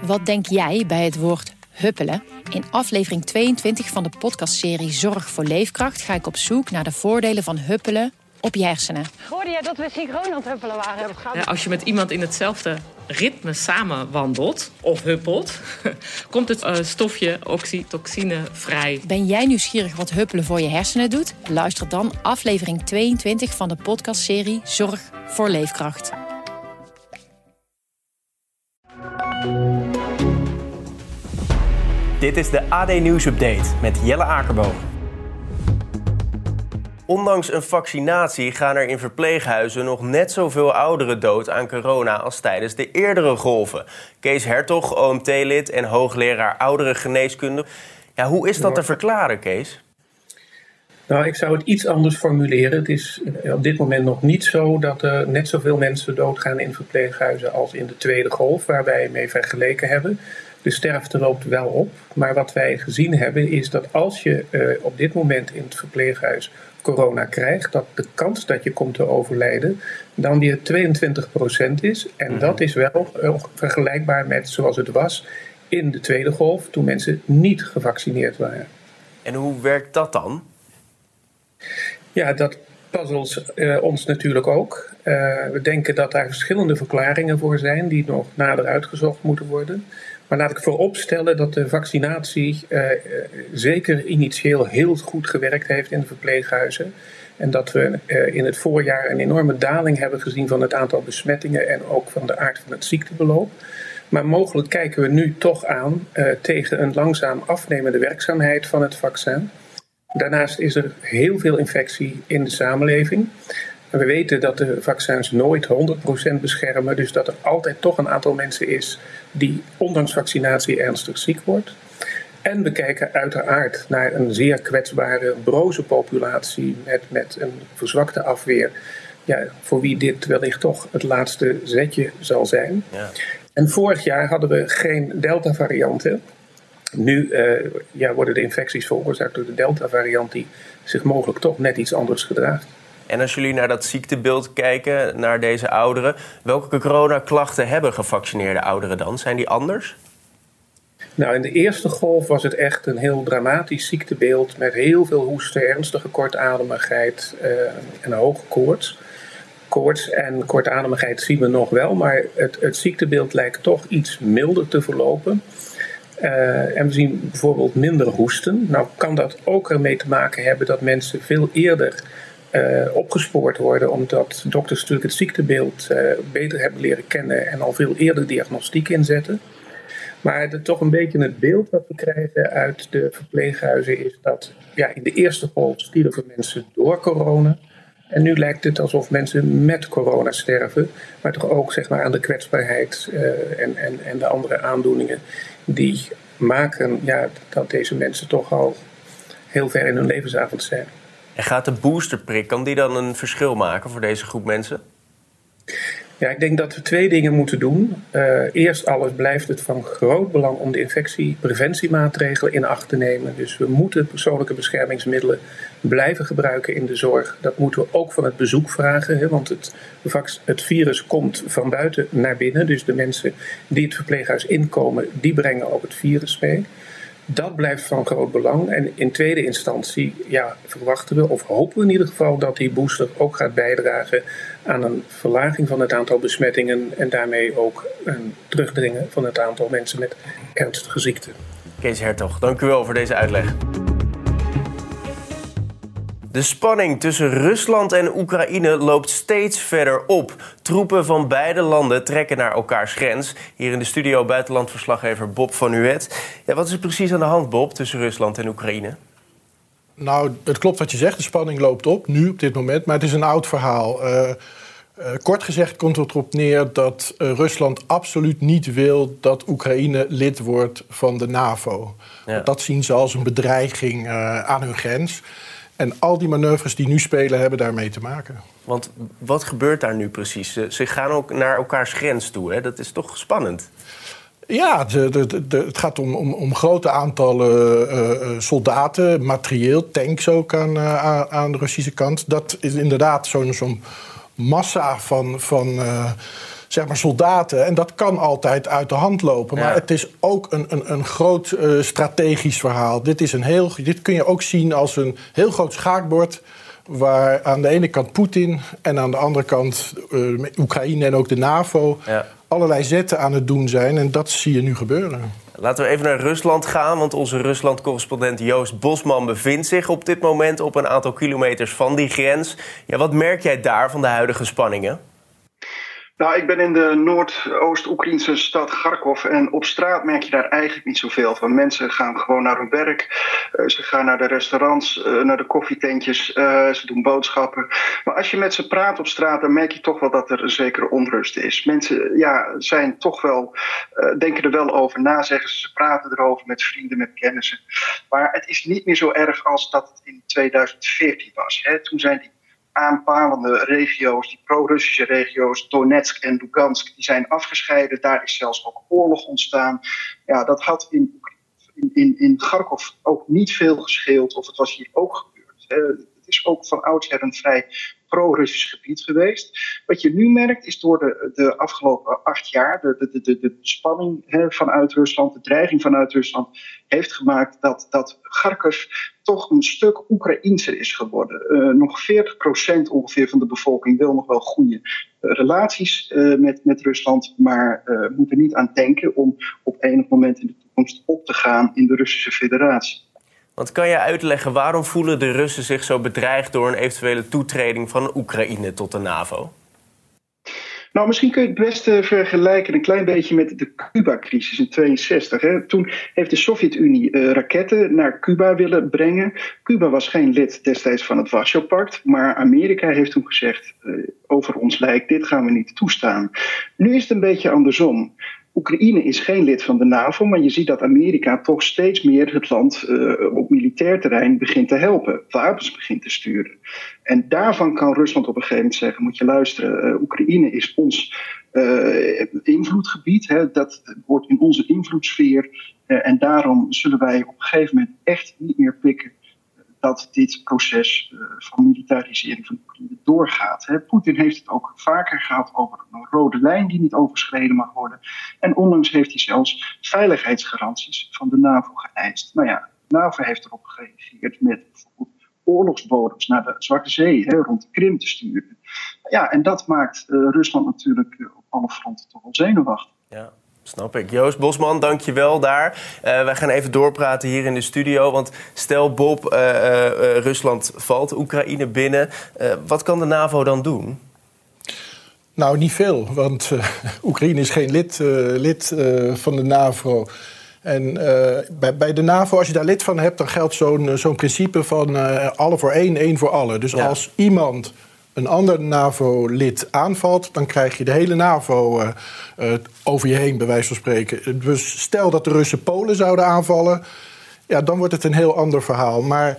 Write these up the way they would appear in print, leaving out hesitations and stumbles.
Wat denk jij bij het woord huppelen? In aflevering 22 van de podcastserie Zorg voor Leefkracht ga ik op zoek naar de voordelen van huppelen op je hersenen. Hoorde jij dat we synchroon aan het huppelen waren? Ja, als je met iemand in hetzelfde ritme samen wandelt of huppelt, komt het stofje oxytocine vrij. Ben jij nieuwsgierig wat huppelen voor je hersenen doet? Luister dan aflevering 22 van de podcastserie Zorg voor Leefkracht. Dit is de AD Nieuws Update met Jelle Akerboom. Ondanks een vaccinatie gaan er in verpleeghuizen nog net zoveel ouderen dood aan corona als tijdens de eerdere golven. Kees Hertog, OMT-lid en hoogleraar ouderengeneeskunde. Ja, hoe is dat te verklaren, Kees? Nou, ik zou het iets anders formuleren. Het is op dit moment nog niet zo dat er net zoveel mensen doodgaan in verpleeghuizen als in de tweede golf, waar wij mee vergeleken hebben. De sterfte loopt wel op, maar wat wij gezien hebben is dat als je op dit moment in het verpleeghuis corona krijgt, dat de kans dat je komt te overlijden dan weer 22% is. En dat is wel vergelijkbaar met zoals het was in de tweede golf, toen mensen niet gevaccineerd waren. En hoe werkt dat dan? Ja, dat puzzelt ons natuurlijk ook. We denken dat daar verschillende verklaringen voor zijn die nog nader uitgezocht moeten worden. Maar laat ik vooropstellen dat de vaccinatie zeker initieel heel goed gewerkt heeft in de verpleeghuizen. En dat we in het voorjaar een enorme daling hebben gezien van het aantal besmettingen en ook van de aard van het ziektebeloop. Maar mogelijk kijken we nu toch aan tegen een langzaam afnemende werkzaamheid van het vaccin. Daarnaast is er heel veel infectie in de samenleving. We weten dat de vaccins nooit 100% beschermen, dus dat er altijd toch een aantal mensen is die ondanks vaccinatie ernstig ziek wordt. En we kijken uiteraard naar een zeer kwetsbare, broze populatie met een verzwakte afweer. Ja, voor wie dit wellicht toch het laatste zetje zal zijn. Ja. En vorig jaar hadden we geen Delta-varianten. Nu worden de infecties veroorzaakt door de Delta-variant die zich mogelijk toch net iets anders gedraagt. En als jullie naar dat ziektebeeld kijken, naar deze ouderen, welke coronaklachten hebben gevaccineerde ouderen dan? Zijn die anders? Nou, in de eerste golf was het echt een heel dramatisch ziektebeeld met heel veel hoesten, ernstige kortademigheid en hoge koorts. Koorts en kortademigheid zien we nog wel, maar het ziektebeeld lijkt toch iets milder te verlopen. En we zien bijvoorbeeld minder hoesten. Nou kan dat ook ermee te maken hebben dat mensen veel eerder opgespoord worden, omdat dokters natuurlijk het ziektebeeld beter hebben leren kennen en al veel eerder diagnostiek inzetten. Maar toch een beetje het beeld wat we krijgen uit de verpleeghuizen is dat in de eerste golf stierven mensen door corona. En nu lijkt het alsof mensen met corona sterven, maar toch ook zeg maar, aan de kwetsbaarheid en de andere aandoeningen die maken dat deze mensen toch al heel ver in hun levensavond zijn. En gaat de boosterprik, kan die dan een verschil maken voor deze groep mensen? Ja, ik denk dat we 2 dingen moeten doen. Eerst alles blijft het van groot belang om de infectiepreventiemaatregelen in acht te nemen. Dus we moeten persoonlijke beschermingsmiddelen blijven gebruiken in de zorg. Dat moeten we ook van het bezoek vragen, want het virus komt van buiten naar binnen. Dus de mensen die het verpleeghuis inkomen, die brengen ook het virus mee. Dat blijft van groot belang. En in tweede instantie verwachten we, of hopen we in ieder geval, dat die booster ook gaat bijdragen aan een verlaging van het aantal besmettingen en daarmee ook een terugdringen van het aantal mensen met ernstige ziekten. Kees Hertog, dank u wel voor deze uitleg. De spanning tussen Rusland en Oekraïne loopt steeds verder op. Troepen van beide landen trekken naar elkaars grens. Hier in de studio buitenlandverslaggever Bob van Uwet. Ja, wat is er precies aan de hand, Bob, tussen Rusland en Oekraïne? Nou, het klopt wat je zegt. De spanning loopt op, nu op dit moment. Maar het is een oud verhaal. Kort gezegd komt het erop neer dat Rusland absoluut niet wil dat Oekraïne lid wordt van de NAVO. Ja. Dat zien ze als een bedreiging aan hun grens. En al die manoeuvres die nu spelen hebben daarmee te maken. Want wat gebeurt daar nu precies? Ze gaan ook naar elkaars grens toe, hè? Dat is toch spannend? Ja, het gaat om grote aantallen soldaten, materieel, tanks ook aan de Russische kant. Dat is inderdaad zo'n massa van zeg maar soldaten. En dat kan altijd uit de hand lopen. Maar het is ook een groot strategisch verhaal. Dit kun je ook zien als een heel groot schaakbord, waar aan de ene kant Poetin en aan de andere kant Oekraïne en ook de NAVO allerlei zetten aan het doen zijn. En dat zie je nu gebeuren. Laten we even naar Rusland gaan, want onze Rusland-correspondent Joost Bosman bevindt zich op dit moment op een aantal kilometers van die grens. Ja, wat merk jij daar van de huidige spanningen? Nou, ik ben in de Noordoost-Oekraïnse stad Kharkov en op straat merk je daar eigenlijk niet zoveel van. Mensen gaan gewoon naar hun werk, ze gaan naar de restaurants, naar de koffietentjes, ze doen boodschappen. Maar als je met ze praat op straat, dan merk je toch wel dat er een zekere onrust is. Mensen zijn toch wel, denken er wel over na, zeggen ze praten erover met vrienden, met kennissen. Maar het is niet meer zo erg als dat het in 2014 was. Hè. Toen zijn die aanpalende regio's, die pro-Russische regio's, Donetsk en Lugansk, die zijn afgescheiden. Daar is zelfs ook oorlog ontstaan. Ja, dat had in Kharkov ook niet veel gescheeld, of het was hier ook gebeurd. Het is ook van oudsher een vrij pro-Russisch gebied geweest. Wat je nu merkt is door de afgelopen 8 jaar, de spanning vanuit Rusland, de dreiging vanuit Rusland, heeft gemaakt dat Kharkov toch een stuk Oekraïenser is geworden. Nog 40% ongeveer van de bevolking wil nog wel goede relaties met Rusland, maar moet er niet aan denken om op enig moment in de toekomst op te gaan in de Russische Federatie. Want kan je uitleggen waarom voelen de Russen zich zo bedreigd door een eventuele toetreding van Oekraïne tot de NAVO? Nou, misschien kun je het beste vergelijken een klein beetje met de Cuba-crisis in 1962. Hè. Toen heeft de Sovjet-Unie raketten naar Cuba willen brengen. Cuba was geen lid destijds van het Warschau-pact, maar Amerika heeft toen gezegd, over ons lijk, dit gaan we niet toestaan. Nu is het een beetje andersom. Oekraïne is geen lid van de NAVO, maar je ziet dat Amerika toch steeds meer het land op militair terrein begint te helpen, wapens begint te sturen. En daarvan kan Rusland op een gegeven moment zeggen, moet je luisteren, Oekraïne is ons invloedgebied, hè, dat wordt in onze invloedssfeer en daarom zullen wij op een gegeven moment echt niet meer pikken dat dit proces van militarisering van Oekraïne doorgaat. Poetin heeft het ook vaker gehad over een rode lijn die niet overschreden mag worden. En onlangs heeft hij zelfs veiligheidsgaranties van de NAVO geëist. Nou ja, de NAVO heeft erop gereageerd met bijvoorbeeld oorlogsbodems naar de Zwarte Zee, rond de Krim te sturen. Ja, en dat maakt Rusland natuurlijk op alle fronten toch wel zenuwachtig. Ja. Snap ik. Joost Bosman, dank je wel daar. Wij gaan even doorpraten hier in de studio. Want stel Bob, Rusland valt Oekraïne binnen. Wat kan de NAVO dan doen? Nou, niet veel. Want Oekraïne is geen lid van de NAVO. En bij de NAVO, als je daar lid van hebt, dan geldt zo'n principe van alle voor één voor alle. Dus als iemand een ander NAVO-lid aanvalt, dan krijg je de hele NAVO over je heen, bij wijze van spreken. Dus stel dat de Russen Polen zouden aanvallen, ja, dan wordt het een heel ander verhaal. Maar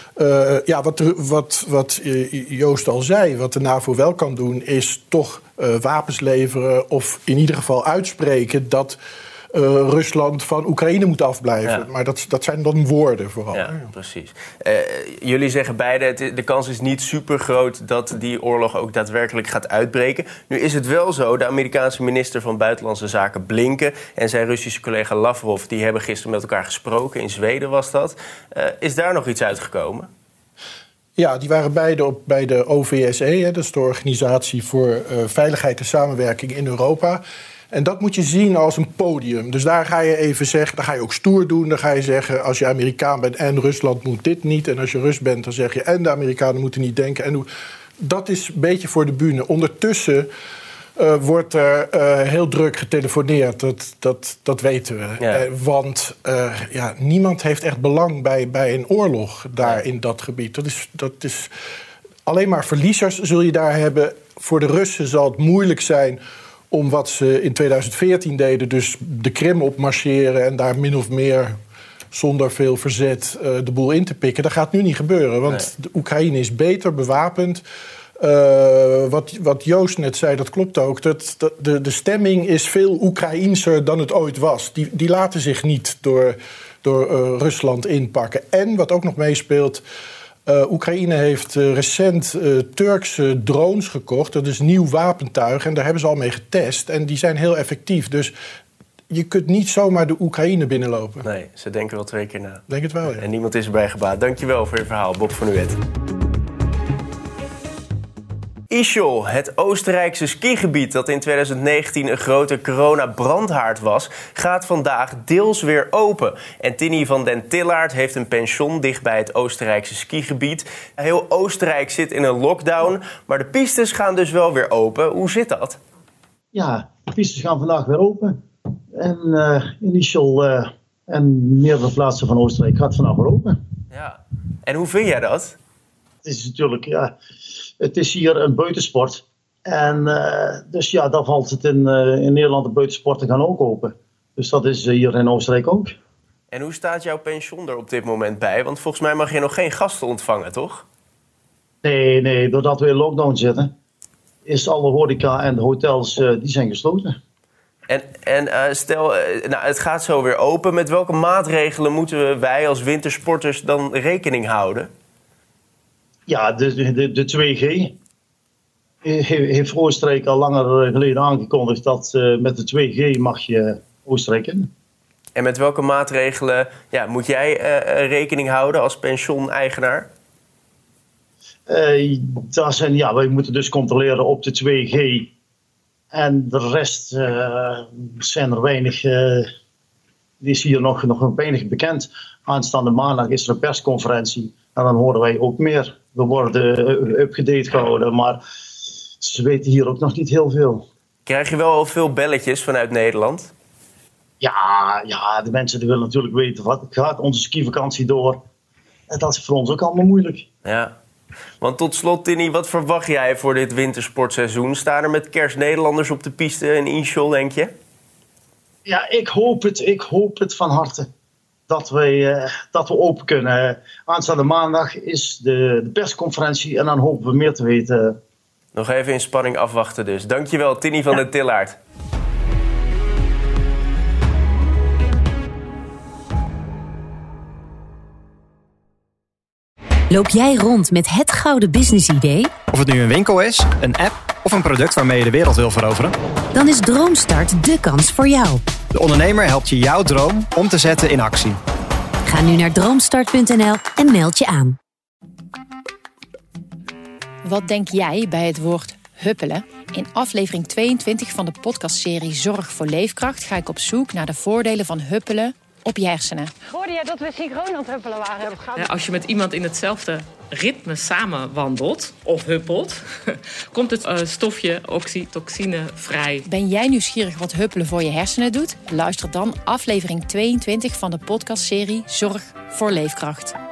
wat Joost al zei, wat de NAVO wel kan doen, is toch wapens leveren of in ieder geval uitspreken dat Rusland van Oekraïne moet afblijven. Ja. Maar dat zijn dan woorden vooral. Ja, precies. Jullie zeggen beide, de kans is niet super groot dat die oorlog ook daadwerkelijk gaat uitbreken. Nu is het wel zo, de Amerikaanse minister van Buitenlandse Zaken Blinken en zijn Russische collega Lavrov, die hebben gisteren met elkaar gesproken. In Zweden was dat. Is daar nog iets uitgekomen? Ja, die waren beide bij de OVSE, dat is de Organisatie voor Veiligheid en Samenwerking in Europa. En dat moet je zien als een podium. Dus daar ga je even zeggen, dan ga je ook stoer doen. Dan ga je zeggen, als je Amerikaan bent en Rusland moet dit niet. En als je Rus bent, dan zeg je en de Amerikanen moeten niet denken. En dat is een beetje voor de bühne. Ondertussen wordt er heel druk getelefoneerd. Dat weten we. Ja. Want niemand heeft echt belang bij een oorlog daar in dat gebied. Dat is alleen maar verliezers zul je daar hebben. Voor de Russen zal het moeilijk zijn om wat ze in 2014 deden, dus de Krim opmarcheren en daar min of meer zonder veel verzet de boel in te pikken. Dat gaat nu niet gebeuren, want de Oekraïne is beter bewapend. Wat Joost net zei, dat klopt ook. De stemming is veel Oekraïenser dan het ooit was. Die laten zich niet door Rusland inpakken. En wat ook nog meespeelt, Oekraïne heeft recent Turkse drones gekocht. Dat is nieuw wapentuig en daar hebben ze al mee getest. En die zijn heel effectief. Dus je kunt niet zomaar de Oekraïne binnenlopen. Nee, ze denken wel 2 keer na. Denk het wel, ja. En niemand is erbij gebaat. Dankjewel voor je verhaal, Bob van Nuet. Ischol, het Oostenrijkse skigebied dat in 2019 een grote coronabrandhaard was, gaat vandaag deels weer open. En Tini van den Tillaert heeft een pension dicht bij het Oostenrijkse skigebied. Heel Oostenrijk zit in een lockdown, maar de pistes gaan dus wel weer open. Hoe zit dat? Ja, de pistes gaan vandaag weer open. En in Ischol en meerdere plaatsen van Oostenrijk gaat vandaag weer open. Ja. En hoe vind jij dat? Het is natuurlijk, ja, het is hier een buitensport. En dus ja, daar valt het in Nederland de buitensporten gaan ook open. Dus dat is hier in Oostenrijk ook. En hoe staat jouw pension er op dit moment bij? Want volgens mij mag je nog geen gasten ontvangen, toch? Nee, doordat we in lockdown zitten, is alle horeca en de hotels die zijn gesloten. En stel, het gaat zo weer open. Met welke maatregelen moeten wij als wintersporters dan rekening houden? Ja, de 2G heeft Oostenrijk al langer geleden aangekondigd dat met de 2G mag je Oostenrijk in. En met welke maatregelen moet jij rekening houden als pensioeneigenaar? Wij moeten dus controleren op de 2G. En de rest zijn er weinig, die is hier nog weinig bekend. Aanstaande maandag is er een persconferentie en dan horen wij ook meer. We worden up-to-date gehouden, maar ze weten hier ook nog niet heel veel. Krijg je wel al veel belletjes vanuit Nederland? Ja, de mensen die willen natuurlijk weten, wat gaat onze skivakantie door? En dat is voor ons ook allemaal moeilijk. Ja. Want tot slot, Tini, wat verwacht jij voor dit wintersportseizoen? Staan er met kerst Nederlanders op de piste in Ischol, denk je? Ja, ik hoop het van harte. Dat we open kunnen. Aanstaande maandag is de persconferentie en dan hopen we meer te weten. Nog even in spanning afwachten dus. Dankjewel, Tini van den Tillaert. Loop jij rond met het gouden businessidee? Of het nu een winkel is, een app of een product waarmee je de wereld wil veroveren? Dan is Droomstart de kans voor jou. De ondernemer helpt je jouw droom om te zetten in actie. Ga nu naar droomstart.nl en meld je aan. Wat denk jij bij het woord huppelen? In aflevering 22 van de podcastserie Zorg voor Leefkracht ga ik op zoek naar de voordelen van huppelen op je hersenen. Hoorde jij dat we synchroon aan het huppelen waren? Ja, als je met iemand in hetzelfde ritme samen wandelt of huppelt, komt het stofje oxytocine vrij. Ben jij nieuwsgierig wat huppelen voor je hersenen doet? Luister dan aflevering 22 van de podcastserie Zorg voor Leefkracht.